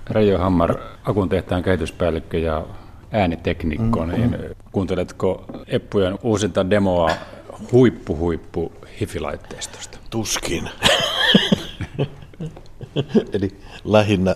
Reijo Hammar, Akun tehtaan kehityspäällikkö ja ääniteknikko, niin kuunteletko Eppujen uusinta demoa huippu hifilaitteistosta? Tuskin. Eli lähinnä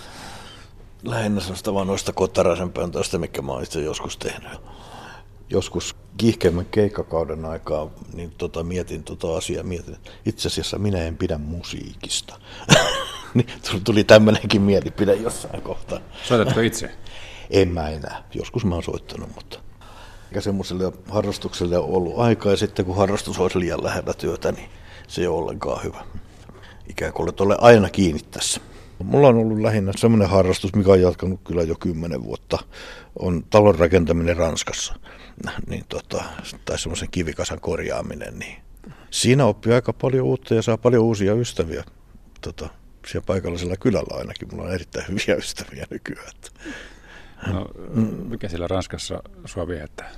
sellaista vaan noista kotaraisen pöntöistä, mikä mä oon itse joskus tehnyt. Joskus kiihkeimmän keikkakauden aikaa niin mietin asiaa. Itse asiassa minä en pidä musiikista. Niin tuli tämmöinenkin mielipide jossain kohtaa. Soitatko itse? En mä enää. Joskus mä oon soittanut, mutta eikä semmoiselle harrastukselle ole ollut aikaa. Ja sitten kun harrastus olisi liian lähellä työtä, niin se ei ole ollenkaan hyvä. Ikään kuin olet aina kiinni tässä. Mulla on ollut lähinnä semmoinen harrastus, mikä on jatkanut kyllä jo 10 vuotta. On talon rakentaminen Ranskassa. Niin tai semmoisen kivikasan korjaaminen. Niin siinä oppii aika paljon uutta ja saa paljon uusia ystäviä. Siellä paikallisella kylällä ainakin. Mulla on erittäin hyviä ystäviä nykyään. No, mikä siellä Ranskassa sua viehättää?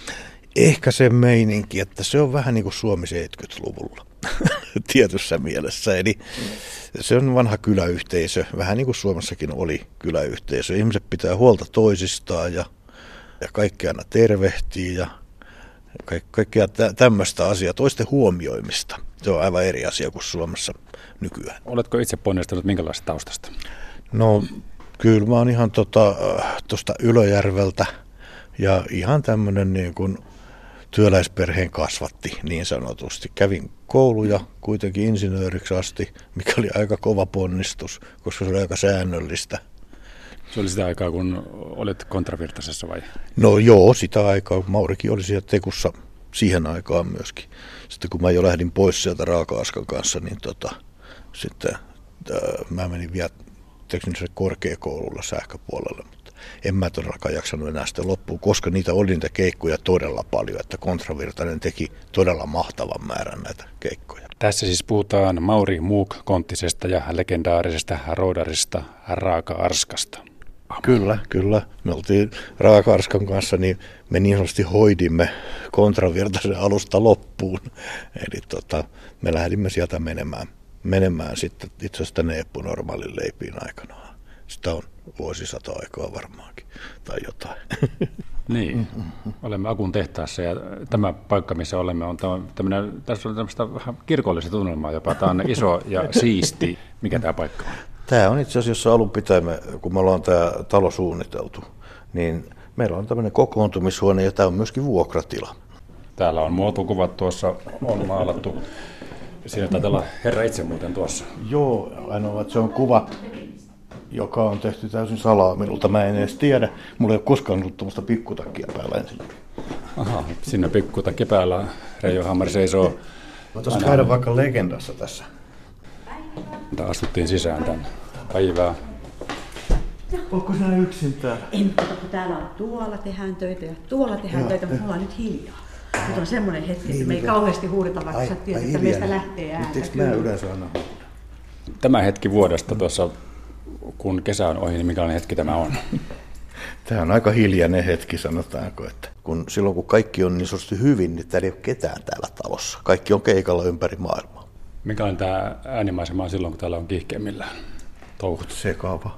Ehkä se meininki, että se on vähän niin kuin Suomi 70-luvulla tietyssä mielessä. Eli se on vanha kyläyhteisö, vähän niin kuin Suomessakin oli kyläyhteisö. Ihmiset pitää huolta toisistaan ja kaikki aina tervehtii ja kaikkea tämmöistä asiaa, toisten huomioimista. Se on aivan eri asia kuin Suomessa nykyään. Oletko itse ponnistanut minkälaisesta taustasta? No kyllä mä oon ihan tuosta Ylöjärveltä ja ihan tämmöinen niin kuin työläisperheen kasvatti niin sanotusti. Kävin kouluja kuitenkin insinööriksi asti, mikä oli aika kova ponnistus, koska se oli aika säännöllistä. Se oli sitä aikaa, kun olet kontravirtaisessa vai? No joo, sitä aikaa. Maurikin oli siellä Tekussa siihen aikaan myöskin. Sitten kun mä jo lähdin pois sieltä Raaka-Askan kanssa, niin sitten mä menin vielä tekniselle korkeakoululla sähköpuolelle, mutta en mä todellakaan jaksanut enää sitten loppuun, koska niitä oli niitä keikkoja todella paljon, että Kontravirtainen teki todella mahtavan määrän näitä keikkoja. Tässä siis puhutaan Mauri Moog-Konttisesta ja legendaarisesta roudarista Raaka-Arskasta. Kyllä. Me oltiin Raaka-Arskan kanssa, niin me niin sanotusti hoidimme Kontravirtaisen alusta loppuun. Eli me lähdimme sieltä menemään sitten itse asiassa tänne Eppunormaalin leipiin aikanaan. Sitä on vuosisata aikaa varmaankin, tai jotain. Niin, olemme Akun tehtaassa ja tämä paikka, missä olemme, on tässä on tämmöistä vähän kirkollista tunnelmaa jopa. Tämä on iso ja siisti. Mikä tämä paikka on? Tämä on itse asiassa alun pitäen, kun me ollaan tämä talo suunniteltu, niin meillä on tämmöinen kokoontumishuone ja tämä on myöskin vuokratila. Täällä on muotokuvat tuossa, on maalattu. Siinä taitaa olla herra itse muuten tuossa. Joo, ainoa, että se on kuva, joka on tehty täysin salaa minulta. Mä en edes tiedä. Mulla ei ole koskaan ollut tuommoista pikkutakkia päällä ensinnäkin. Aha, sinne pikkutakki päällä. Reijo Hammar seisoo. Voitaisiin käydä vaikka legendassa tässä. Astuttiin sisään tänne. Päivää. Oletko sinä yksin täällä? En, kun täällä on tuolla tehdään töitä ja tuolla tehdään töitä, mutta me ollaan nyt hiljaa. Nyt on semmoinen hetki, että me ei kauheasti huudeta, vaikka sä tiedät, että meistä lähtee ääntä. Eikö mä yleensä aina huuda? Tämä hetki vuodesta tuossa, kun kesä on ohi, niin minkälainen hetki tämä on? Tämä on aika hiljainen hetki, sanotaanko. Että silloin kun kaikki on niin sanotusti hyvin, niin täällä ei ole ketään täällä talossa. Kaikki on keikalla ympäri maailmaa. Minkälainen tämä äänimaisema on silloin, kun täällä on kiihkeimmillään touhut? Sekava.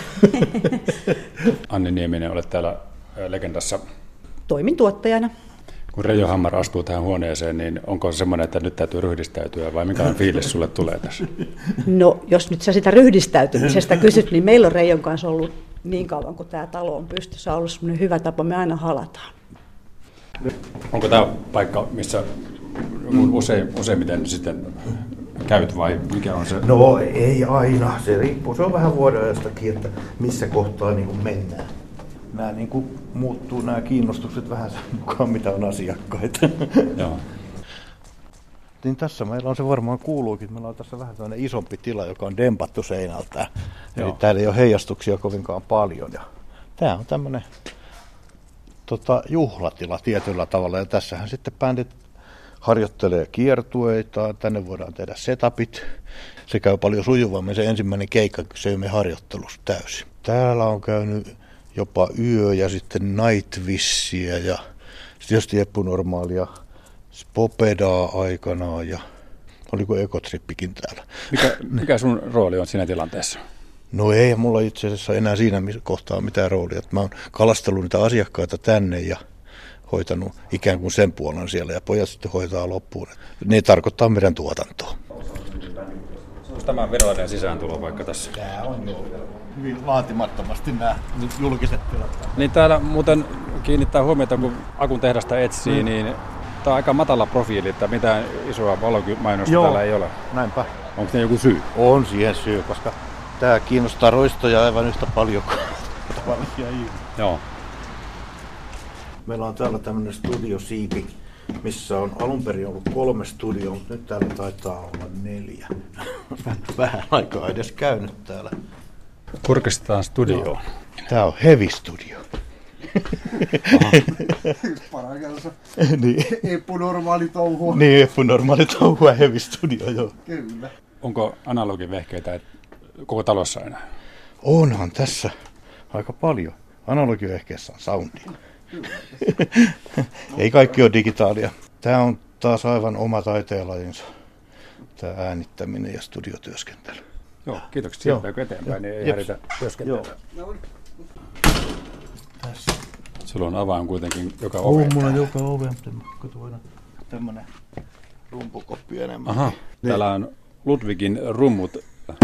Anni Nieminen, olet täällä legendassa. Toimin tuottajana. Kun Reijo Hammar astuu tähän huoneeseen, niin onko se semmoinen, että nyt täytyy ryhdistäytyä vai minkälainen fiilis sulle tulee tässä? No, jos nyt sä sitä ryhdistäytymisestä kysyt, niin meillä on Reijon kanssa ollut niin kauan, kun tämä talo on pystyssä ollut semmoinen hyvä tapa, me aina halataan. Onko tämä paikka, missä useimmiten sitten käyt vai mikä on se? No ei aina, se riippuu. Se on vähän vuodenajastakin, että missä kohtaa niin kuin mennään. Nämä niin kuin muuttuu nämä kiinnostukset vähän sen mukaan, mitä on asiakkaita. Joo. Niin tässä meillä on se varmaan kuuluukin. Meillä on tässä vähän tämmöinen isompi tila, joka on dempattu seinältä. Eli täällä ei ole heijastuksia kovinkaan paljon. Ja tämä on tämmöinen juhlatila tietyllä tavalla. Ja tässähän sitten bändit harjoittelee kiertueita. Tänne voidaan tehdä setupit. Se käy paljon sujuvammin se ensimmäinen keikka, kun se ei mene harjoittelussa täysin. Täällä on käynyt jopa yö ja sitten Nightwishia ja tietysti Eppunormaalia, Spopedaa aikanaan ja oliko Ekotrippikin täällä. Mikä sun rooli on siinä tilanteessa? No ei mulla itse asiassa enää siinä kohtaa mitään roolia. Että mä oon kalastellut niitä asiakkaita tänne ja hoitanut ikään kuin sen puolen siellä ja pojat sitten hoitaa loppuun. Ne tarkoittaa meidän tuotantoa. Onko tämä virallinen sisääntulo vaikka tässä? Tämä on hyvin vaatimattomasti nämä julkiset tilat. Niin täällä muuten kiinnittää huomiota, kun Akun tehdasta etsii, niin tämä on aika matala profiili, että mitään isoa valomainosta täällä ei ole. Näinpä. Onko ne joku syy? On siihen syy, koska tämä kiinnostaa roistoja aivan yhtä paljon kuin tavallisia ihmisiä. Joo. Meillä on täällä tämmöinen studiosiipi, missä on alun perin ollut 3 studioa, mutta nyt täällä taitaa olla 4. Vähän aikaa edes käynyt täällä. Kurkistetaan studioon. Tää on Heavy Studio. Parakelsa. Niin. Epänormaali touhua. Niin, epänormaali touhua Heavy Studio, joo. Kyllä. Onko analogivehkeitä koko talossa enää? Onhan tässä aika paljon. Analogivehkeessä on soundia. Ei kaikki ole digitaalia. Tää on taas aivan oma taiteenlajinsa. Tää äänittäminen ja studiotyöskentely. Joo, kiitoksia. Siirrytäänkö eteenpäin, niin ei häiritä työskentelyä. Tässä. Sulla on avain kuitenkin joka oveen. Mulla on joka oveen, mutta tuoda tämmönen rumpukoppi enemmän. Aha, täällä on Ludwigin rummut.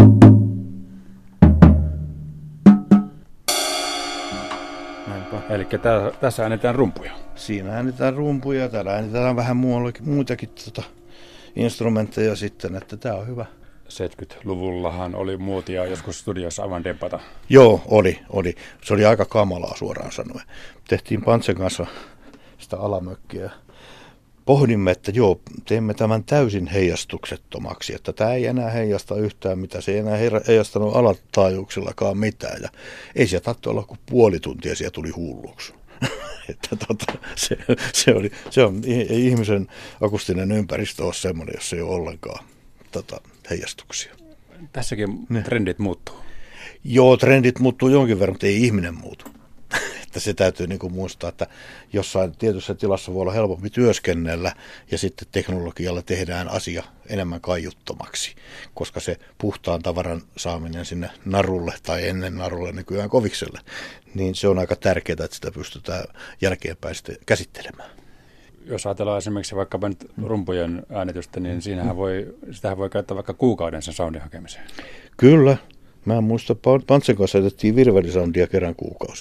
Näinpä. Eli tässä äänetään rumpuja. Siinä äänitään rumpuja, täällä äänitään vähän muitakin instrumentteja sitten, että tää on hyvä. 70-luvullahan oli muotia joskus studiossa aivan dempata. Joo, oli. Se oli aika kamalaa suoraan sanoen. Tehtiin Pantsen kanssa sitä alamökkiä. Pohdimme, että joo, teemme tämän täysin heijastuksettomaksi, että tämä ei enää heijasta yhtään mitään, se ei enää heijastanut alataajuuksillakaan mitään. Ja ei se tahtoi olla kuin puoli tuntia, siellä tuli hulluksi. Että se on ihmisen akustinen ympäristö on semmoinen, jos ei ole ollenkaan heijastuksia. Tässäkin trendit muuttuu. Joo, trendit muuttuu jonkin verran, mutta ei ihminen muutu. Että se täytyy niin kuin muistaa, että jossain tietyssä tilassa voi olla helpompi työskennellä ja sitten teknologialla tehdään asia enemmän kaiuttomaksi, koska se puhtaan tavaran saaminen sinne narulle tai ennen narulle nykyään kovikselle, niin se on aika tärkeää, että sitä pystytään jälkeenpäin sitten käsittelemään. Jos ajatellaan esimerkiksi vaikka rumpujen äänitystä, niin sitähän voi käyttää vaikka kuukauden sen soundin hakemiseen. Kyllä. Mä muistan, Pantsen kanssa jätettiin virvelisoundia kerran kuukausi.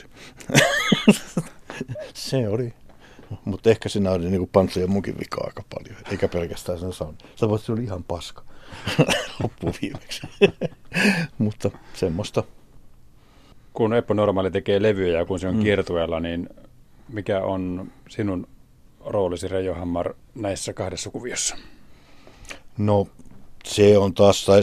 Se oli. Mutta ehkä siinä oli niin Pantsen ja munkin vikaa aika paljon, eikä pelkästään sen sound. Se oli ihan paska loppuviimeksi. Mutta semmoista. Kun Eppo Normaali tekee levyjä ja kun se on kiertueella, niin mikä on sinun roolisi, Reijo Hammar, näissä 2 kuviossa? No se on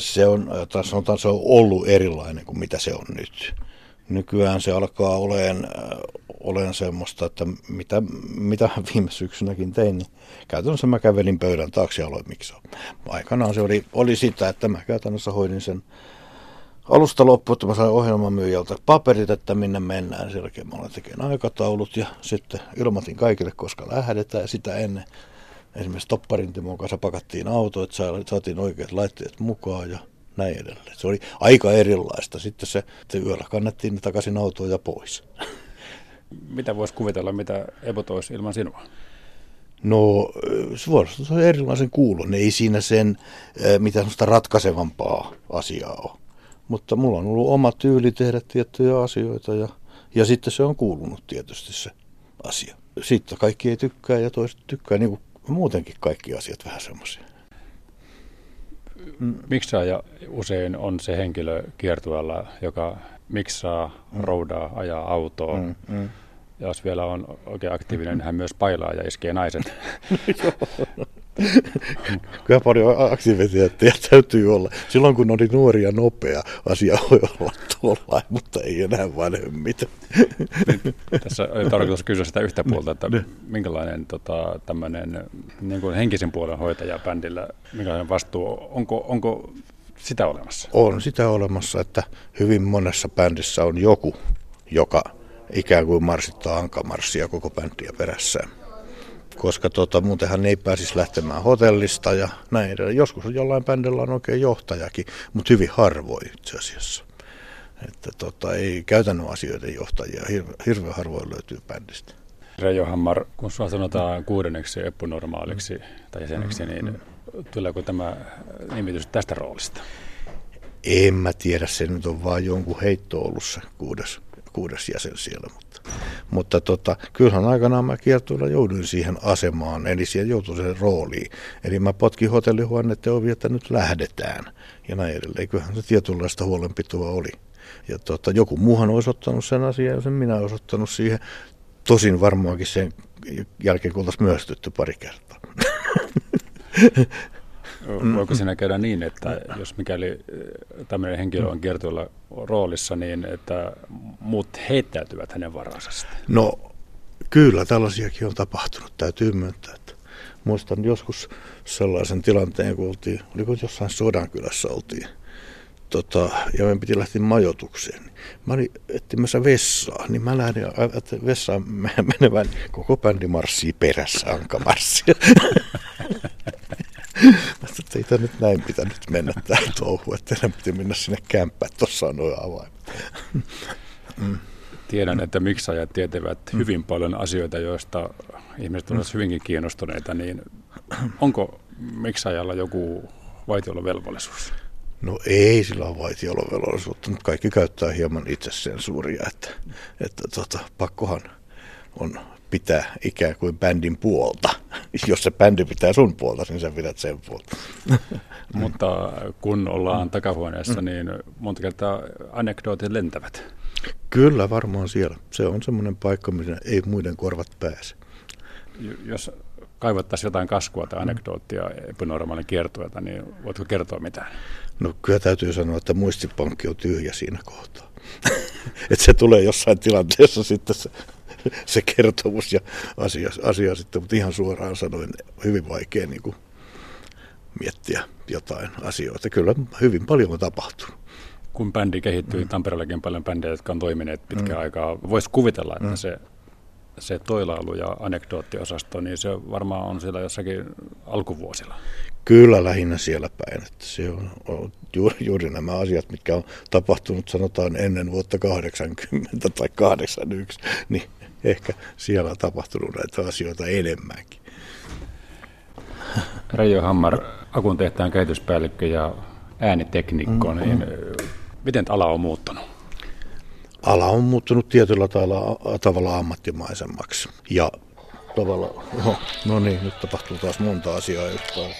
ollut erilainen kuin mitä se on nyt. Nykyään se alkaa olemaan semmoista, että mitä viime syksynäkin tein, niin käytännössä mä kävelin pöydän taakse ja aloin miksoa. Aikanaan se oli sitä, että mä käytännössä hoidin sen alusta loppuun, että mä sain ohjelman myyjältä paperit, että minne mennään. Sen jälkeen mä olen tekemään aikataulut ja sitten ilmoitin kaikille, koska lähdetään ja sitä ennen. Esimerkiksi Topparin Timon kanssa pakattiin auto, että saatiin oikeat laitteet mukaan ja näin edelleen. Se oli aika erilaista. Sitten se yöllä kannettiin takaisin autoon ja pois. Mitä voisi kuvitella, mitä Eppo toisi ilman sinua? No, se on erilaisen kuulun. Ei siinä sen mitään sellaista ratkaisevampaa asiaa ole. Mutta mulla on ollut oma tyyli tehdä tiettyjä asioita ja sitten se on kuulunut tietysti se asia. Sitten kaikki ei tykkää ja toiset tykkää, niin kuin muutenkin kaikki asiat vähän semmoisia. Miksaaja usein on se henkilö kiertueella, joka miksaa, roudaa, ajaa autoa. Ja jos vielä on oikein aktiivinen, hän myös pailaa ja iskee naiset. Kyllä paljon aktiviteetteja täytyy olla. Silloin kun oli nuori ja nopea, asia voi olla tuollain, mutta ei enää vanhemmita. Tässä oli tarkoitus kysyä sitä yhtä puolta, että minkälainen tämmöinen niin kuin henkisen puolen hoitaja bändillä, minkälainen vastuu, onko sitä olemassa? On sitä olemassa, että hyvin monessa bändissä on joku, joka ikään kuin marssittaa ankamarssia koko bändiä perässään. Koska muutenhan ei pääsisi lähtemään hotellista ja näin edelleen. Joskus jollain bändillä on oikein johtajakin, mutta hyvin harvoin itse asiassa. Ei käytännön asioiden johtajia hirveän harvoin löytyy bändistä. Reijo Hammar, kun sinua sanotaan 6. epänormaaliksi tai jäseneksi, niin tuleeko tämä nimitys tästä roolista? En mä tiedä, se nyt on vaan jonkun heitto ollut se kuudes jäsen siellä. Mutta kyllähän aikanaan mä kiertueella jouduin siihen asemaan, eli siihen joutuin sen rooliin. Eli mä potkin hotellihuoneiden ovi, että nyt lähdetään ja näin edelleen. Kyllähän se tietynlaista huolenpitoa oli. Ja joku muuhan olisi ottanut sen asian ja sen minä olisi ottanut siihen. Tosin varmaankin sen jälkeen, kun oltaisiin myöstytty pari kertaa. Voiko siinä käydä niin, että jos mikäli tämmöinen henkilö on kiertueella roolissa, niin että muut heittäytyvät hänen varansa? No kyllä, tällaisiakin on tapahtunut, täytyy myöntää. Muistan joskus sellaisen tilanteen, kun oliko jossain Sodankylässä oltiin, ja meidän piti lähteä majoitukseen. Mä olin etsimässä vessaa, niin mä lähdin vessaan menevän koko bändi marssii perässä, ankamarssia. Että ei tämä nyt näin pitänyt mennä tämä touhu, että enää piti mennä sinne kämppään, että tuossa on nuo avaimet. Tiedän, että miksaajat tietävät hyvin paljon asioita, joista ihmiset ovat hyvinkin kiinnostuneita, niin onko miksaajalla joku vaitiolovelvollisuus? No ei sillä ole vaitiolovelvollisuutta, mutta kaikki käyttää hieman itsesensuuria, että pakkohan on pitää ikään kuin bändin puolta. Jos se bändi pitää sun puolta, niin sä pidät sen puolta. Mutta kun ollaan takahuoneessa, niin monta kertaa anekdootit lentävät. Kyllä, varmaan siellä. Se on semmoinen paikka, missä ei muiden korvat pääse. Jos kaivattaisiin jotain kaskua tai anekdoottia epänormaalin kiertueelta, niin voitko kertoa mitään? No kyllä täytyy sanoa, että muistipankki on tyhjä siinä kohtaa. Että se tulee jossain tilanteessa sitten se kertomus ja asia sitten, mutta ihan suoraan sanoen hyvin vaikea niin kuin miettiä jotain asioita. Kyllä hyvin paljon on tapahtunut. Kun bändi kehittyy, Tampereellakin paljon bändejä, jotka on toimineet pitkään aikaa, voisi kuvitella, että se toilailu- ja anekdoottiosasto, niin se varmaan on siellä jossakin alkuvuosilla. Kyllä lähinnä siellä päin, että se on juuri nämä asiat, mitkä on tapahtunut sanotaan ennen vuotta 80 tai 81, niin ehkä siellä on tapahtunut näitä asioita enemmänkin. Reijo Hammar, Akun tehtaan kehityspäällikkö ja ääniteknikko, niin miten ala on muuttunut? Ala on muuttunut tietyllä tavalla ammattimaisemmaksi. Ja tavallaan, no niin, nyt tapahtuu taas monta asiaa yhtä aikaa.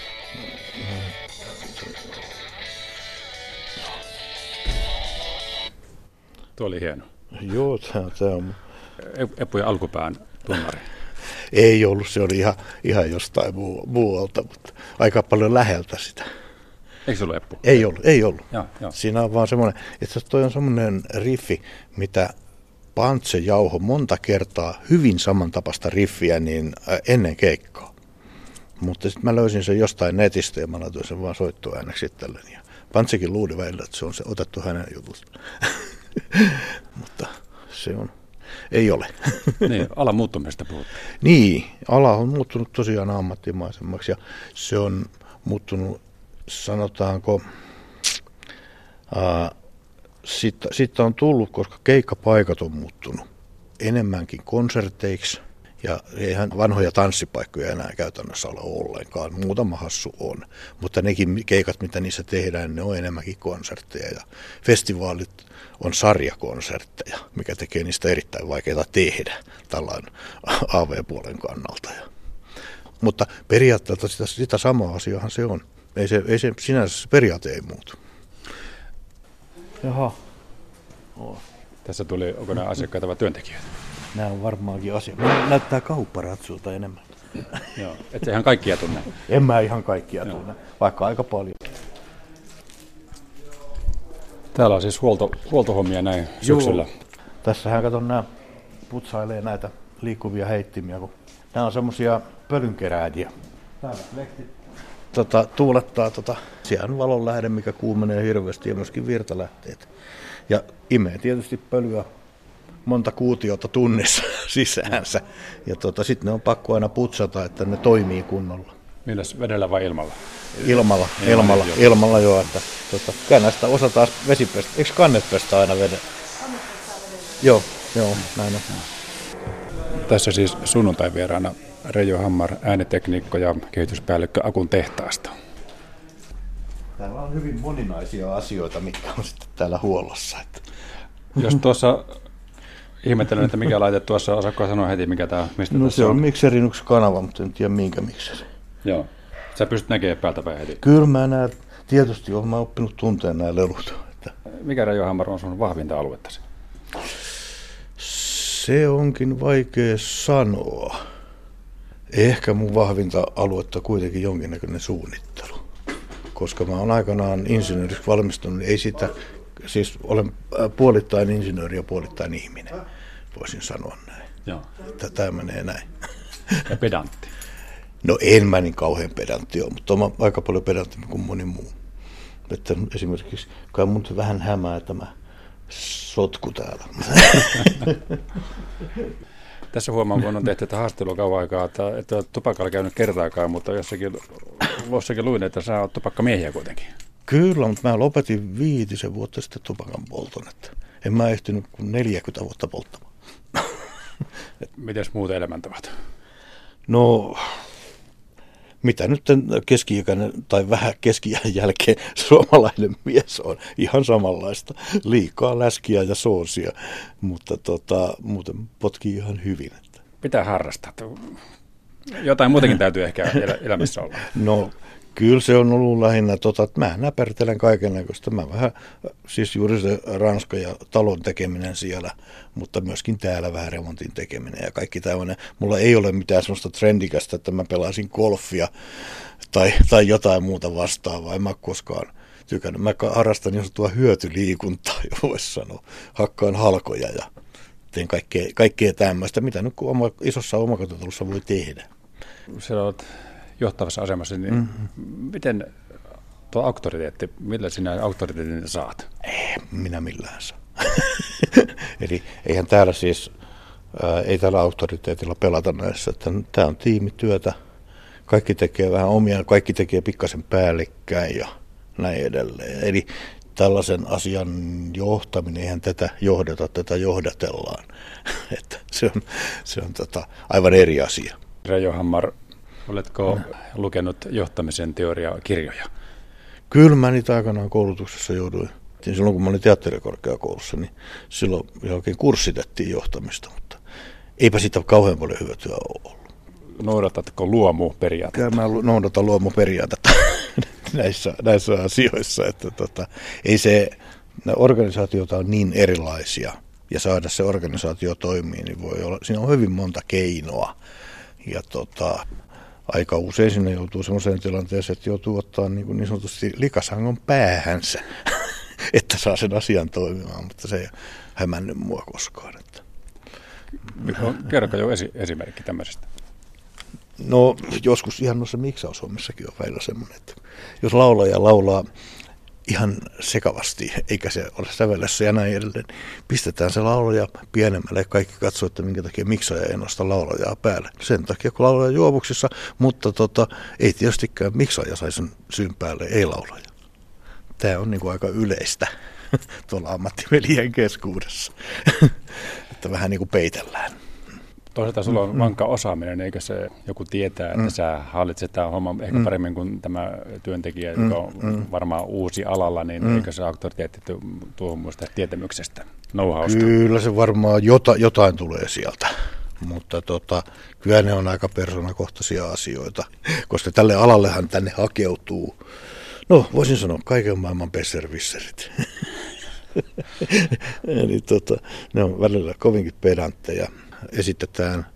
Tuo oli hieno. Joo, tämä on. Eppu ja alkupään tunnari. Ei ollut, se oli ihan jostain muualta, mutta aika paljon läheltä sitä. Eikö se ollut Eppu? Ei ollut. Joo. Siinä on vaan semmoinen, että toi on semmoinen riffi, mitä Pantse jauho monta kertaa hyvin samantapaista riffiä niin ennen keikkaa. Mutta sitten mä löysin sen jostain netistä ja mä laitoin sen vaan soittoääneksi itselleni. Ja Pantsekin luuli välillä, että se on se otettu hänen jutusta. Mutta se on, ei ole. Niin, alan muuttumisesta puhuttiin. Niin, ala on muuttunut tosiaan ammattimaisemmaksi ja se on muuttunut, sanotaanko, siitä on tullut, koska keikkapaikat on muuttunut enemmänkin konserteiksi ja eihän vanhoja tanssipaikkoja enää käytännössä ole ollenkaan. Muutama hassu on, mutta nekin keikat, mitä niissä tehdään, ne on enemmänkin konsertteja ja festivaalit on sarjakonsertteja, mikä tekee niistä erittäin vaikeita tehdä tällainen AV-puolen kannalta. Mutta periaatteessa sitä samaa asiaahan se on. Ei se sinänsä se periaate ei muutu. Jaha. Tässä tuli, onko nämä asiakkaita vai työntekijöitä? Nämä on varmaankin asiakkaita. Näyttää kaupparatsulta enemmän. Joo, et ihan kaikkia tunne. En mä ihan kaikkia tunne, vaikka aika paljon. Täällä on siis huoltohommia näin syksyllä. Joo. Tässähän katon, nämä putsailee näitä liikkuvia heittimiä, kun nämä on semmosia pölynkerääjiä. Täällä lehti tuulettaa siellä valon lähde, mikä kuumenee hirveästi ja myöskin virtalähteet. Ja imee tietysti pölyä monta kuutiota tunnissa sisäänsä. Ja sitten ne on pakko aina putsata, että ne toimii kunnolla. Milläs, vedellä vai ilmalla? Ilmalla joo. Että, kyllä näistä osataan vesipestä. Eikö kannet pestä aina veden? Joo, näin on. Tässä siis sunnuntai vieraana Reijo Hammar, äänitekniikko ja kehityspäällikkö Akun tehtaasta. Täällä on hyvin moninaisia asioita, mitkä on sitten täällä huollossa. Jos tuossa ihmettelen, että mikä laite tuossa, osaatko sanoa heti, mikä tämä, mistä no se on mikserin yksi kanava, mutta en tiedä minkä mikseri. Joo. Sä pystyt näkemään päältä päin heti. Kyllä mä näen, tietysti olen mä oppinut tunteen nämä lelut. Että... Mikä Reijo Hammar on sun vahvinta aluettasi? Se onkin vaikea sanoa. Ehkä mun vahvinta aluetta kuitenkin jonkinnäköinen suunnittelu. Koska mä oon aikanaan insinööriksi valmistunut, ei sitä, siis olen puolittain insinööri ja puolittain ihminen, voisin sanoa näin. Joo. Tämä menee näin. Ja pedantti. No en mä niin kauhean pedantti ole, mutta on aika paljon pedanttimpi kuin moni muu. Että esimerkiksi, kai mun vähän hämää tämä sotku täällä. Tässä huomaan, kun on tehty tätä haastattelua kauan aikaa, että et ole tupakalla käynyt kertaakaan, mutta jossakin luin, että sä oot tupakkamiehiä kuitenkin. Kyllä, mutta mä lopetin 5 vuotta sitten tupakan polton. Että en mä ehtinyt kuin 40 vuotta polttamaan. Mites muut elämäntavat? No, mitä nyt keski-ikäinen tai vähän keski-iän jälkeen suomalainen mies on? Ihan samanlaista. Liikaa läskiä ja soosia, mutta muuten potkii ihan hyvin. Pitää harrastaa. Jotain muutenkin täytyy ehkä elämässä olla. No, kyllä se on ollut lähinnä, että mä näpertelen kaikennäköistä. Mä vähän, siis juuri se Ranska ja talon tekeminen siellä, mutta myöskin täällä vähän remontin tekeminen ja kaikki tämmöinen. Mulla ei ole mitään semmoista trendikästä, että mä pelaisin golfia tai jotain muuta vastaavaa. En mä koskaan tykännyt. Mä harrastan niin sanottua hyötyliikuntaa, voisi sanoa. Hakkaan halkoja ja teen kaikkea tämmöistä, mitä nyt kun isossa omakotitalossa voi tehdä. Sä olet johtavassa asemassa, niin miten tuo auktoriteetti, millä sinä auktoriteetin saat? Minä millään saa. Eli eihän täällä siis, ei täällä auktoriteetilla pelata näissä, että tämä on tiimityötä, kaikki tekee vähän omia, kaikki tekee pikkasen päällekkäin ja näin edelleen. Eli tällaisen asian johtaminen, eihän tätä johdeta, tätä johdatellaan. Että se on aivan eri asia. Reijo Hammar, oletko lukenut johtamisen teoriakirjoja? Kyllä mä niitä aikanaan koulutuksessa jouduin. Silloin kun mä olin teatterikorkeakoulussa, niin silloin oikein kurssitettiin johtamista, mutta eipä siitä kauhean paljon hyötyä ole ollut. Noudatatko luomuperiaatetta? Kyllä mä noudatan luomuperiaatetta näissä asioissa, että ei se, organisaatioita on niin erilaisia ja saada se organisaatio toimii, niin voi olla, siinä on hyvin monta keinoa ja aika usein sinne joutuu sellaiseen tilanteeseen, että joutuu ottaa niin sanotusti likasangon päähänsä, että saa sen asian toimimaan, mutta se ei hämännyt mua koskaan. Että. Kerrokaa jo esimerkki tämmöisestä. No joskus ihan noissa miksaushomissakin on välillä semmoinen, että jos laulaja laulaa ihan sekavasti, eikä se ole sävellessä ja näin edelleen, pistetään se laulaja pienemmälle ja kaikki katsoo, että minkä takia miksaaja ei nosta laulajaa päälle. Sen takia, kun laulaja juovuksissa, mutta ei tietystikään miksaaja sai sen syyn päälle, ei laulaja. Tämä on aika yleistä tuolla ammattiveljen keskuudessa, että vähän niin kuin peitellään. Toisaalta sulla on vankka osaaminen, eikö se joku tietää, että sä hallitset tämän homman ehkä paremmin kuin tämä työntekijä, joka on varmaan uusi alalla, niin eikö se auktoriteetti tuohon muista tietämyksestä, know-howsta? Kyllä se varmaan jotain tulee sieltä, mutta kyllä ne on aika persoonakohtaisia asioita, koska tälle alallehan tänne hakeutuu, no voisin sanoa kaiken maailman besserwisserit. Eli ne on välillä kovinkin pedantteja. Esitetään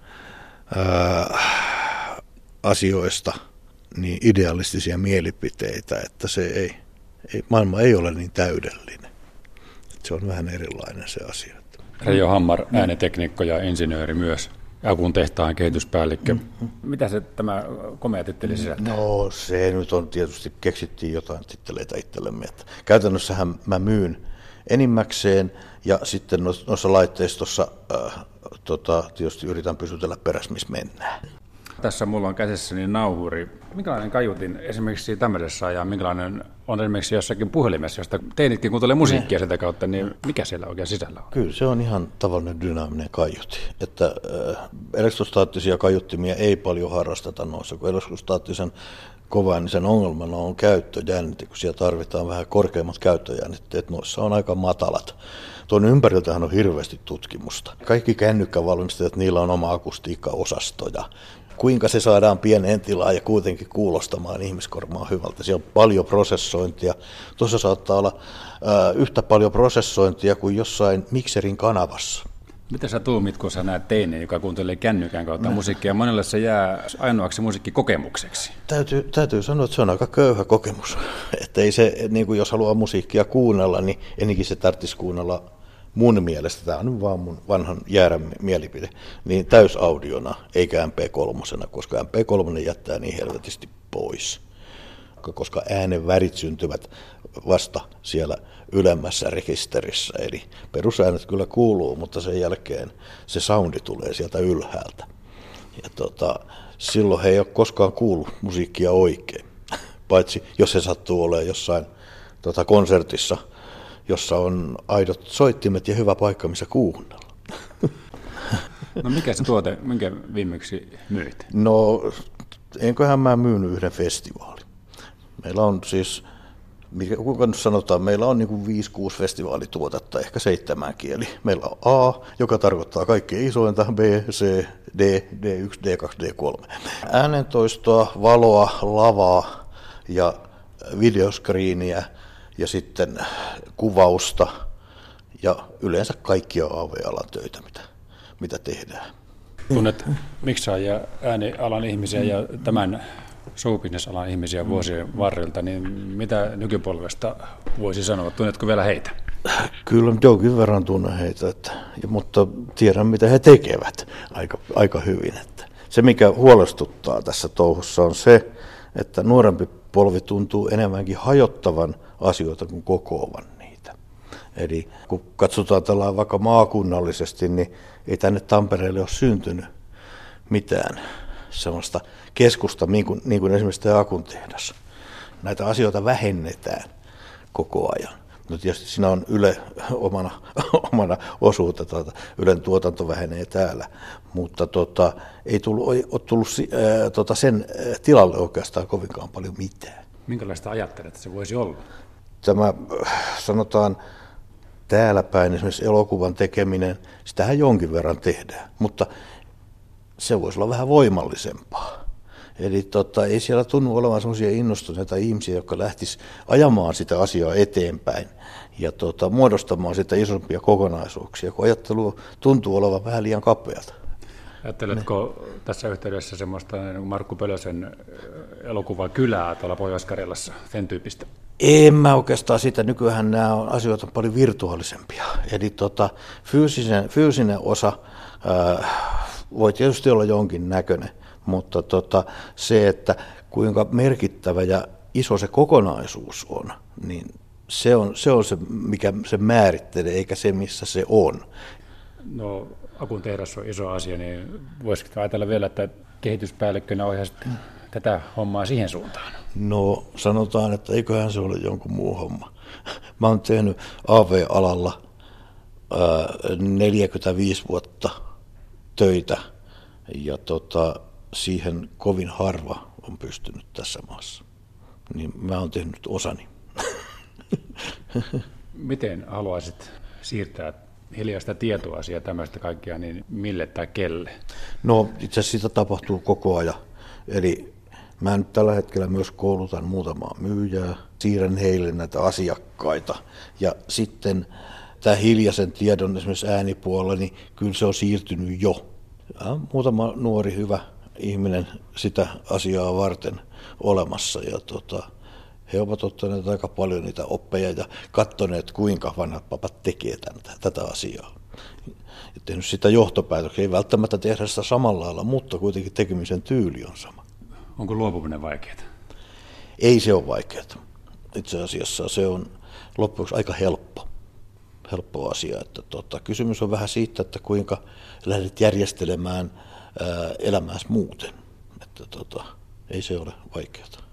asioista niin idealistisia mielipiteitä, että maailma ei ole niin täydellinen. Se on vähän erilainen se asia. Reijo Hammar, äänitekniikko ja insinööri myös, Akun tehtaan kehityspäällikkö. Mitä se tämä komea titteli sisältää? No se nyt on tietysti, keksittiin jotain titteleitä itsellemme. Että käytännössähän mä myyn enimmäkseen ja sitten noissa laitteistossa tietysti yritän pysytellä perässä, missä mennään. Tässä mulla on käsissäni nauhuri. Minkälainen kaiutin esimerkiksi tämmöisessä ajaa, minkälainen on esimerkiksi jossakin puhelimessa, josta teinitkin kun tulee musiikkia sitä kautta, niin mikä siellä oikein sisällä on? Kyllä se on ihan tavallinen dynaaminen kaiutin. Että elektrostaattisia kaiuttimia ei paljon harrasteta noissa, kun elektrostaattisen kovaäänisen ongelmana on käyttöjännite, kun siellä tarvitaan vähän korkeammat käyttöjännitteet, noissa on aika matalat. Tuon ympäriltähän on hirveästi tutkimusta. Kaikki kännykkävalmistajat, niillä on oma akustiikkaosasto ja kuinka se saadaan pieneen tilaan ja kuitenkin kuulostamaan ihmiskormaa hyvältä. Siellä on paljon prosessointia. Tuossa saattaa olla yhtä paljon prosessointia kuin jossain mikserin kanavassa. Mitä sä tuumit, kun sä näet teineen, joka kuuntelee kännykän kautta musiikkia? Monelle se jää ainoaksi musiikkikokemukseksi. Täytyy sanoa, että se on aika köyhä kokemus. Että ei se, niin kuin jos haluaa musiikkia kuunnella, niin ennenkin se tarvitsisi kuunnella mun mielestä, tämä on vaan mun vanhan jäärän mielipide, niin täysaudiona eikä MP3, koska MP3 jättää niin helvetisti pois. Koska äänen värit syntyvät vasta siellä ylemmässä rekisterissä, eli perusäänet kyllä kuuluu, mutta sen jälkeen se soundi tulee sieltä ylhäältä. Ja silloin he ei ole koskaan kuullut musiikkia oikein, paitsi jos se sattuu olemaan jossain konsertissa, jossa on aidot soittimet ja hyvä paikka, missä kuunnella. No mikä se tuote, minkä viimeksi myit? No, enköhän mä myynyt yhden festivaalin. Meillä on siis, kuinka nyt sanotaan, meillä on niin 5-6 festivaalituotetta, ehkä 7 kieli. Meillä on A, joka tarkoittaa kaikkein isointa, B, C, D, D1, D2, D3. Äänentoistoa, valoa, lavaa ja videoskriiniä ja sitten kuvausta ja yleensä kaikkia AV-alan töitä, mitä tehdään. Tunnet miksaajia, äänialan ihmisiä ja tämän showbusiness-alan ihmisiä vuosien varrelta, niin mitä nykypolvesta voisi sanoa? Tunnetko vielä heitä? Kyllä jonkin verran tunnen heitä, mutta tiedän mitä he tekevät aika hyvin. Että se mikä huolestuttaa tässä touhussa on se, että nuorempi polvi tuntuu enemmänkin hajottavan asioita kuin kokoavan niitä. Eli kun katsotaan tällä vaikka maakunnallisesti, niin ei tänne Tampereelle ole syntynyt mitään sellaista keskusta, niin kuin esimerkiksi tämä Akun tehdas. Näitä asioita vähennetään koko ajan. No tietysti siinä on Yle omana osuutta, Ylen tuotanto vähenee täällä, mutta ei ole tullut sen tilalle oikeastaan kovinkaan paljon mitään. Minkälaista ajattelet, että se voisi olla? Tämä sanotaan täällä päin esimerkiksi elokuvan tekeminen, sitähän jonkin verran tehdään, mutta se voisi olla vähän voimallisempaa. Eli ei siellä tunnu olevan sellaisia innostuneita ihmisiä, jotka lähtisivät ajamaan sitä asiaa eteenpäin ja muodostamaan sitä isompia kokonaisuuksia, kun ajattelu tuntuu olevan vähän liian kapeata. Ajatteletko tässä yhteydessä semmoista Markku Pölösen elokuvakylää tuolla Pohjois-Karjalassa, sen tyyppistä? En mä oikeastaan sitä. Nykyään nämä asioita on paljon virtuaalisempia. Eli fyysinen osa voi tietysti olla jonkin näköinen, mutta se, että kuinka merkittävä ja iso se kokonaisuus on, niin se on se, mikä se määrittelee, eikä se, missä se on. No, Akun tehdas on iso asia, niin voisitko ajatella vielä, että kehityspäällikkönä ohjaisit tätä hommaa siihen suuntaan? No, sanotaan, että eiköhän se ole jonkun muu homma. Mä oon tehnyt AV-alalla 45 vuotta töitä ja siihen kovin harva on pystynyt tässä maassa. Niin mä oon tehnyt osani. Miten haluaisit siirtää hiljaista tietoa ja tämmöistä kaikkea, niin mille tai kelle? No itse asiassa sitä tapahtuu koko ajan. Eli mä nyt tällä hetkellä myös koulutan muutamaa myyjää, siirrän heille näitä asiakkaita ja sitten tämä hiljaisen tiedon esimerkiksi äänipuolella, niin kyllä se on siirtynyt jo. Ja muutama nuori hyvä ihminen sitä asiaa varten olemassa ja he ovat ottaneet aika paljon niitä oppeja ja katsoneet, kuinka vanhat papat tekee tätä asiaa. Ja tehnyt sitä johtopäätöksiä, ei välttämättä tehdä sitä samalla lailla, mutta kuitenkin tekemisen tyyli on sama. Onko luopuminen vaikeaa? Ei se ole vaikeaa. Itse asiassa se on loppujen aika helppo asia. Että kysymys on vähän siitä, että kuinka lähdet järjestelemään elämääsi muuten. Että ei se ole vaikeaa.